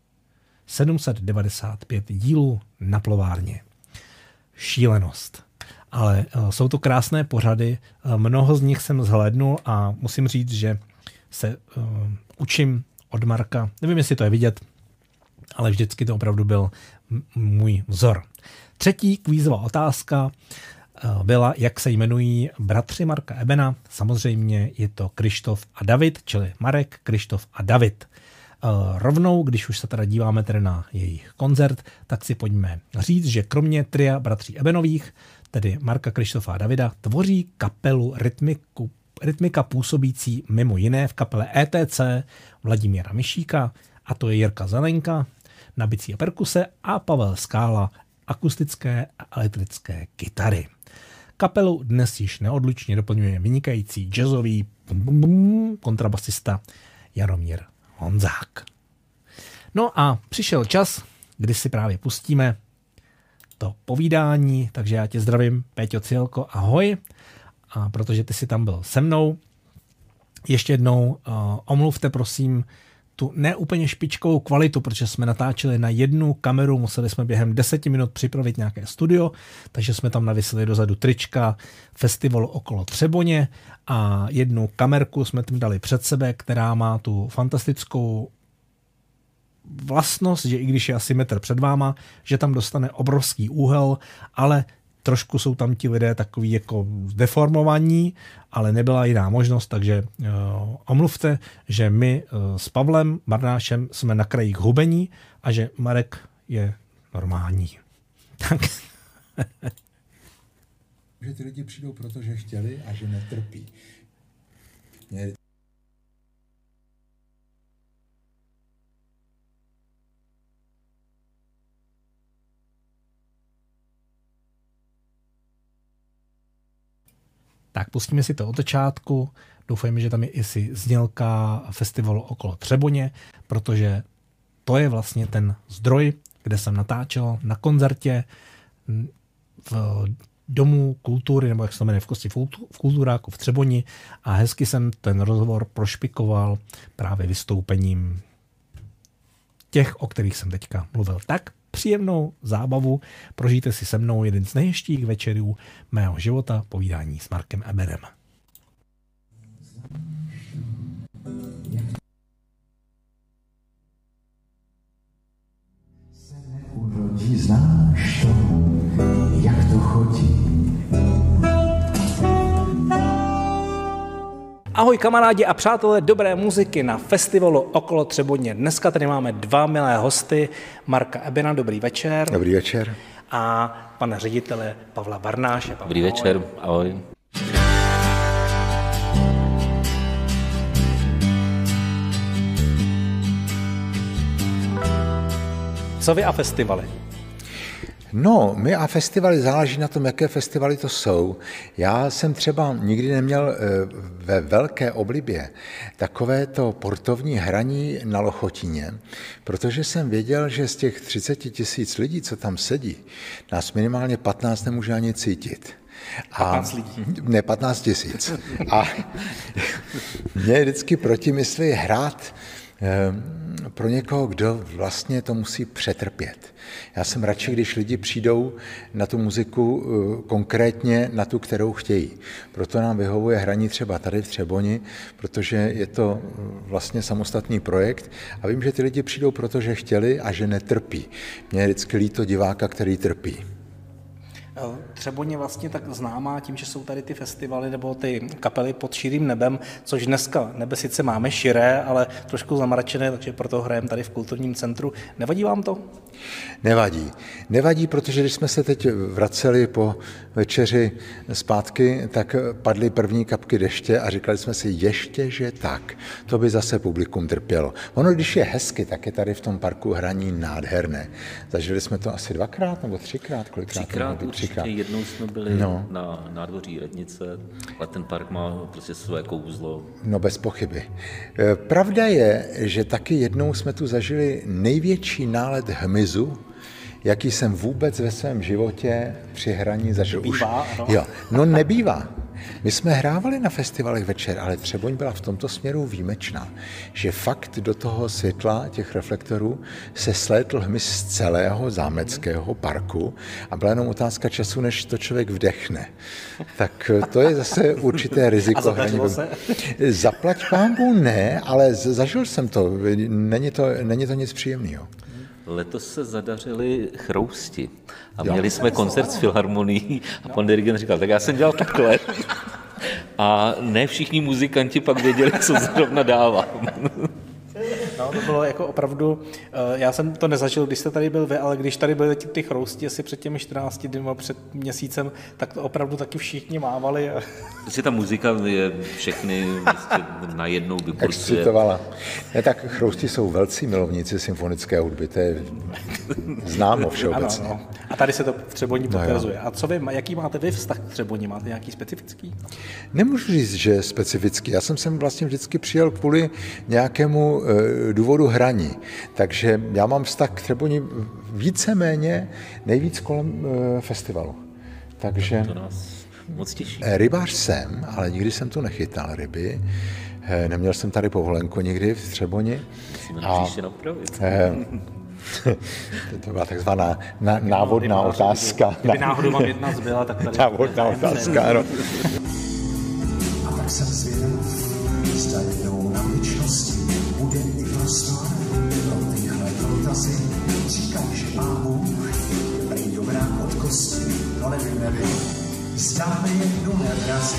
795 dílů na plovárně. Šílenost. Ale jsou to krásné pořady, mnoho z nich jsem zhlédnul a musím říct, že se učím od Marka. Nevím, jestli to je vidět, ale vždycky to opravdu byl můj vzor. Třetí kvízová otázka byla, jak se jmenují bratři Marka Ebena. Samozřejmě je to Krištof a David, čili Marek, Krištof a David. Rovnou, když už se teda díváme tedy na jejich koncert, tak si pojďme říct, že kromě tria bratří Ebenových, tedy Marka, Krištofa a Davida, tvoří kapelu Rytmika působící mimo jiné v kapele ETC Vladimíra Myšíka, a to je Jirka Zelenka na bicí a perkuse a Pavel Skála akustické a elektrické kytary. Kapelu dnes již neodlučně doplňuje vynikající jazzový kontrabasista Jaromír Honzák. No a přišel čas, kdy si právě pustíme to povídání, takže já tě zdravím, Péťo Cielko, ahoj. A protože ty jsi tam byl se mnou, ještě jednou omluvte prosím tu neúplně špičkovou kvalitu, protože jsme natáčeli na jednu kameru, museli jsme během 10 minut připravit nějaké studio, takže jsme tam navisili dozadu trička festivalu okolo Třeboně a jednu kamerku jsme tam dali před sebe, která má tu fantastickou vlastnost, že i když je asi metr před váma, že tam dostane obrovský úhel, ale trošku jsou tam ti lidé takový jako zdeformovaní, ale nebyla jiná možnost, takže omluvte, že my s Pavlem Barnášem jsme na kraji k hubení a že Marek je normální. Tak. Že ty lidi přijdou, protože chtěli a že netrpí. Tak pustíme si to od začátku. Doufejme, že tam je i si znělka festivalu okolo Třeboně, protože to je vlastně ten zdroj, kde jsem natáčel na koncertě v Domu kultury, nebo jak se to jmenuje, v Kulturáku v Třeboni, a hezky jsem ten rozhovor prošpikoval právě vystoupením těch, o kterých jsem teďka mluvil. Tak příjemnou zábavu, prožijte si se mnou jeden z nejhezčích večerů mého života, povídání s Markem Eberem. Urodí, znáš to, jak to chodí. Ahoj kamarádi a přátelé dobré muziky na festivalu okolo Třeboně. Dneska tady máme dva milé hosty, Marka Ebena, dobrý večer. Dobrý večer. A pana ředitele Pavla Barnáše. Dobrý večer, ahoj. Co vy a festivaly? No, my a festivaly, záleží na tom, jaké festivaly to jsou. Já jsem třeba nikdy neměl ve velké oblibě takové to portovní hraní na Lochotíně, protože jsem věděl, že z těch 30 000 lidí, co tam sedí, nás minimálně 15 nemůže ani cítit. 15 lidí? Ne, 15 000. A mě vždycky protimyslí hrát pro někoho, kdo vlastně to musí přetrpět. Já jsem radši, když lidi přijdou na tu muziku konkrétně na tu, kterou chtějí. Proto nám vyhovuje hraní třeba tady v Třeboni, protože je to vlastně samostatný projekt a vím, že ty lidi přijdou, protože chtěli a že netrpí. Mě je vždycky líto diváka, který trpí. Třeboň je vlastně tak známá tím, že jsou tady ty festivaly nebo ty kapely pod širým nebem, což dneska nebe sice máme širé, ale trošku zamračené, takže proto hrajeme tady v kulturním centru. Nevadí vám to? Nevadí. Nevadí, protože když jsme se teď vraceli po večeři zpátky, tak padly první kapky deště a říkali jsme si ještě, že tak. To by zase publikum trpělo. Ono, když je hezky, tak je tady v tom parku hraní nádherné. Zažili jsme to asi 2krát nebo 3krát? Třikrát. Jednou jsme byli na nádvoří Rednice, ale ten park má prostě své kouzlo. No bez pochyby. Pravda je, že taky jednou jsme tu zažili největší nálet hmyzu, jaký jsem vůbec ve svém životě při hraní zažil. Bývá, Jo, no nebývá. My jsme hrávali na festivalech večer, ale Třeboň byla v tomto směru výjimečná, že fakt do toho světla těch reflektorů se slétl hmyz z celého zámeckého parku a byla jenom otázka času, než to člověk vdechne. Tak to je zase určité riziko. A zadařilo se? Zaplať pánbůh ne, ale zažil jsem to. Není to nic příjemného. Letos se zadařili Chrousti a měli jsme koncert s Filharmonií a pan dirigent říkal, tak já jsem dělal takhle a ne všichni muzikanti pak věděli, co zrovna dávám. No, to bylo jako opravdu, já jsem to nezažil, když jste tady byl vy, ale když tady byly ty Chrousti asi před těmi 14 dny, před měsícem, tak to opravdu taky všichni mávali. Prostě ta muzika je všechny najednou vypulsuje. Excitovala. Ne, tak Chrousti jsou velcí milovníci symfonické hudby, to je známo všeobecně. Ano. A tady se to v Třeboni potvrzuje. A co vy, jaký máte vy vztah k Třeboni? Máte nějaký specifický? Nemůžu říct, že je specifický. Já jsem sem vlastně vždycky přijel kvůli nějakému důvodu hraní. Takže já mám vztah k Třeboni víceméně nejvíc kolem festivalu. Takže to nás moc těší. Rybář jsem, ale nikdy jsem tu nechytal ryby. Neměl jsem tady povolenku nikdy v Třeboni. To byla takzvaná návodná otázka. Kdyby náhodou vám jedna zbyla, tak tady... Návodná otázka, ano. A tak jsem zvědav, zda jednou na věčnosti bude i prostor pro tyhle dotazy. Říkám, že má Bůh prý dobrá od kosti, to nevím, zda mi jednu nevrazí.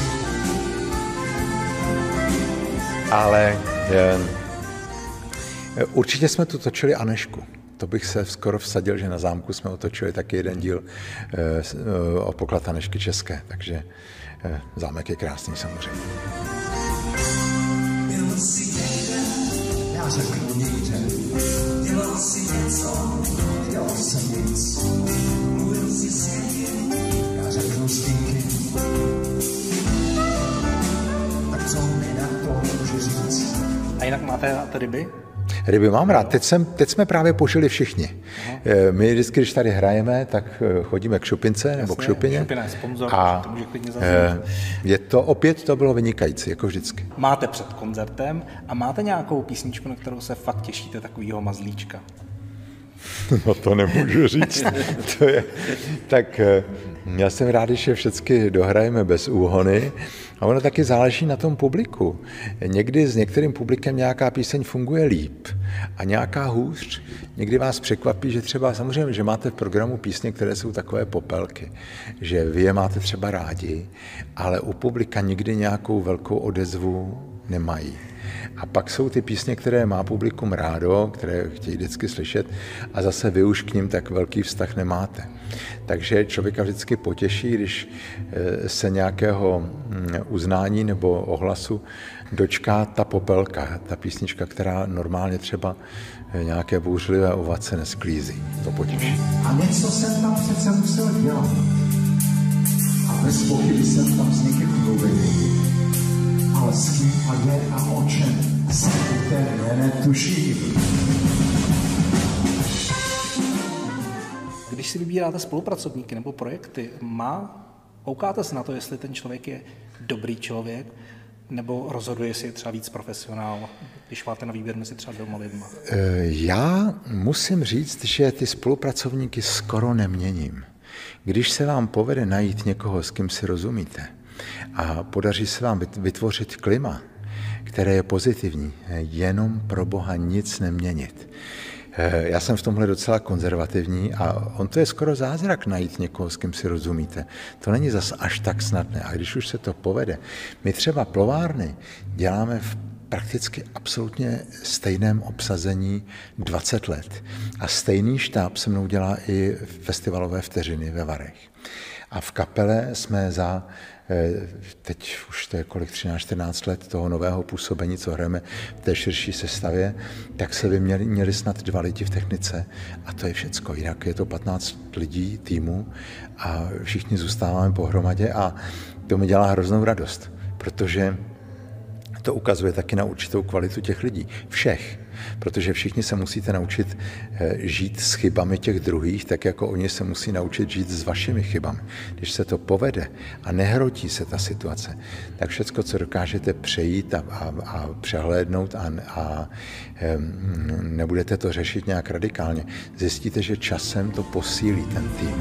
Ale určitě jsme tu točili Anešku. To bych se skoro vsadil, že na zámku jsme otočili taky jeden díl o poklad Anešky České, takže zámek je krásný samozřejmě. Byl si někde, já řeknu nikde, dělal si něco, dělal jsem nic, mluvil si s někým, já řeknu stinky. Tak co mi na to může říct? A jinak máte rád ryby? Ryby mám rád. Teď jsme právě požili všichni. My vždycky, když tady hrajeme, tak chodíme k šupince nebo k šupině. Šupina je sponzor, a to může klidně zaznít. To bylo vynikající, jako vždycky. Máte před koncertem a máte nějakou písničku, na kterou se fakt těšíte, takovýho mazlíčka? No to nemůžu říct. Tak já jsem rád, že všechny dohrajeme bez úhony. A ono taky záleží na tom publiku. Někdy s některým publikem nějaká píseň funguje líp a nějaká hůř. Někdy vás překvapí, že třeba samozřejmě, že máte v programu písně, které jsou takové popelky, že vy je máte třeba rádi, ale u publika nikdy nějakou velkou odezvu nemají. A pak jsou ty písně, které má publikum rádo, které chtějí vždycky slyšet a zase vy už k ním tak velký vztah nemáte. Takže člověka vždycky potěší, když se nějakého uznání nebo ohlasu dočká ta popelka, ta písnička, která normálně třeba nějaké bouřlivé ovace nesklízí. To potěší. A něco jsem tam přece musel dělat. A bez pochyby jsem tam s někým mluvil. Ale s kým a kde a o čem se úplně netuším. Když si vybíráte spolupracovníky nebo projekty, koukáte se na to, jestli ten člověk je dobrý člověk, nebo rozhoduje si třeba víc profesionál, když máte na výběr mezi třeba 2 lidma? Já musím říct, že ty spolupracovníky skoro neměním. Když se vám povede najít někoho, s kým si rozumíte, a podaří se vám vytvořit klima, které je pozitivní, jenom pro Boha nic neměnit. Já jsem v tomhle docela konzervativní a on to je skoro zázrak najít někoho, s kým si rozumíte. To není zas až tak snadné. A když už se to povede, my třeba plovárny děláme v prakticky absolutně stejném obsazení 20 let. A stejný štáb se mnou dělá i festivalové vteřiny ve Varech. A v kapele jsme za, teď už to je kolik, 13-14 let toho nového působení, co hrajeme v té širší sestavě, tak se by měli snad 2 lidi v technice a to je všecko. Jinak je to 15 lidí týmu a všichni zůstáváme pohromadě a to mi dělá hroznou radost, protože to ukazuje taky na určitou kvalitu těch lidí. Všech. Protože všichni se musíte naučit žít s chybami těch druhých, tak jako oni se musí naučit žít s vašimi chybami. Když se to povede a nehrotí se ta situace, tak všecko, co dokážete přejít a přehlédnout a nebudete to řešit nějak radikálně, zjistíte, že časem to posílí ten tým.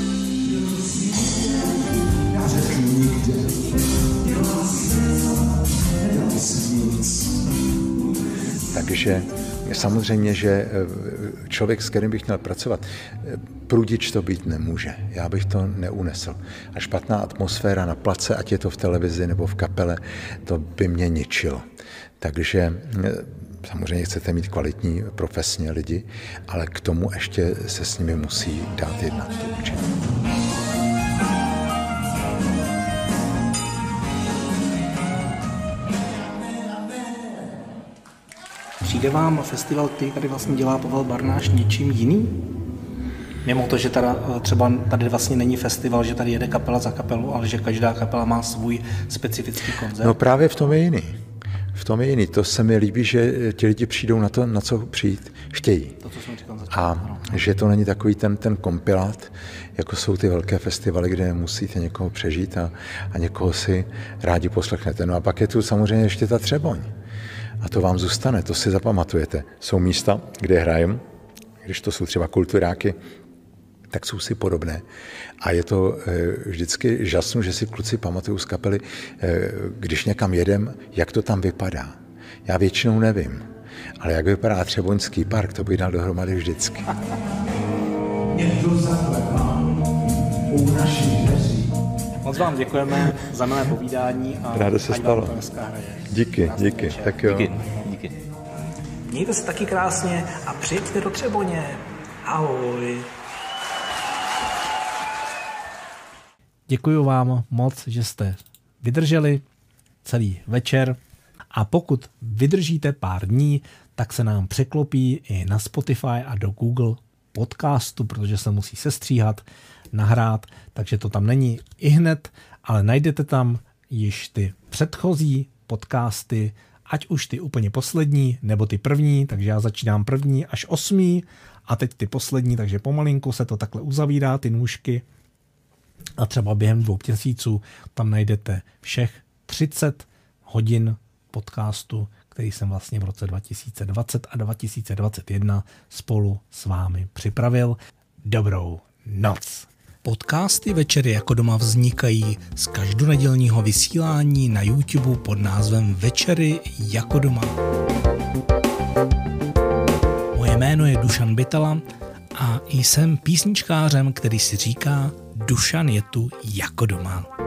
Takže samozřejmě, že člověk, s kterým bych měl pracovat, prudič to být nemůže. Já bych to neunesl. A špatná atmosféra na place, ať je to v televizi nebo v kapele, to by mě ničilo. Takže samozřejmě chcete mít kvalitní profesně lidi, ale k tomu ještě se s nimi musí dát jednat, to určitě. Přijde vám festival, který tady vlastně dělá Pavel Barnáš, něčím jiným? Mimo to, že třeba tady vlastně není festival, že tady jede kapela za kapelu, ale že každá kapela má svůj specifický koncert. No právě v tom je jiný. V tom je jiný. To se mi líbí, že ti lidi přijdou na to, na co přijít chtějí. To, co jsem říkal a že to není takový ten kompilát, jako jsou ty velké festivaly, kde musíte někoho přežít a někoho si rádi poslechnete. No a pak je tu samozřejmě ještě ta Třeboň. A to vám zůstane, to si zapamatujete. Jsou místa, kde hrajeme, když to jsou třeba kulturáky, tak jsou si podobné. A je to vždycky žasnu, že si kluci pamatují z kapely, když někam jedem, jak to tam vypadá. Já většinou nevím, ale jak vypadá Třeboňský park, to bych dal dohromady vždycky. Moc vám děkujeme za milé povídání a ráda se stalo. Díky. Tak jo. Díky. Mějte se taky krásně a přijďte do Třeboně. Ahoj. Děkuji vám moc, že jste vydrželi celý večer a pokud vydržíte pár dní, tak se nám překlopí i na Spotify a do Google podcastu, protože se musí sestříhat, nahrát, takže to tam není ihned, ale najdete tam již ty předchozí podcasty, ať už ty úplně poslední, nebo ty první, takže já začínám 1. až 8. a teď ty poslední, takže pomalinku se to takhle uzavírá, ty nůžky a třeba během 2 měsíců tam najdete všech 30 hodin podcastu, který jsem vlastně v roce 2020 a 2021 spolu s vámi připravil. Dobrou noc. Podcasty Večery jako doma vznikají z každonedělního vysílání na YouTube pod názvem Večery jako doma. Moje jméno je Dušan Bytala a jsem písničkářem, který si říká Dušan je tu jako doma.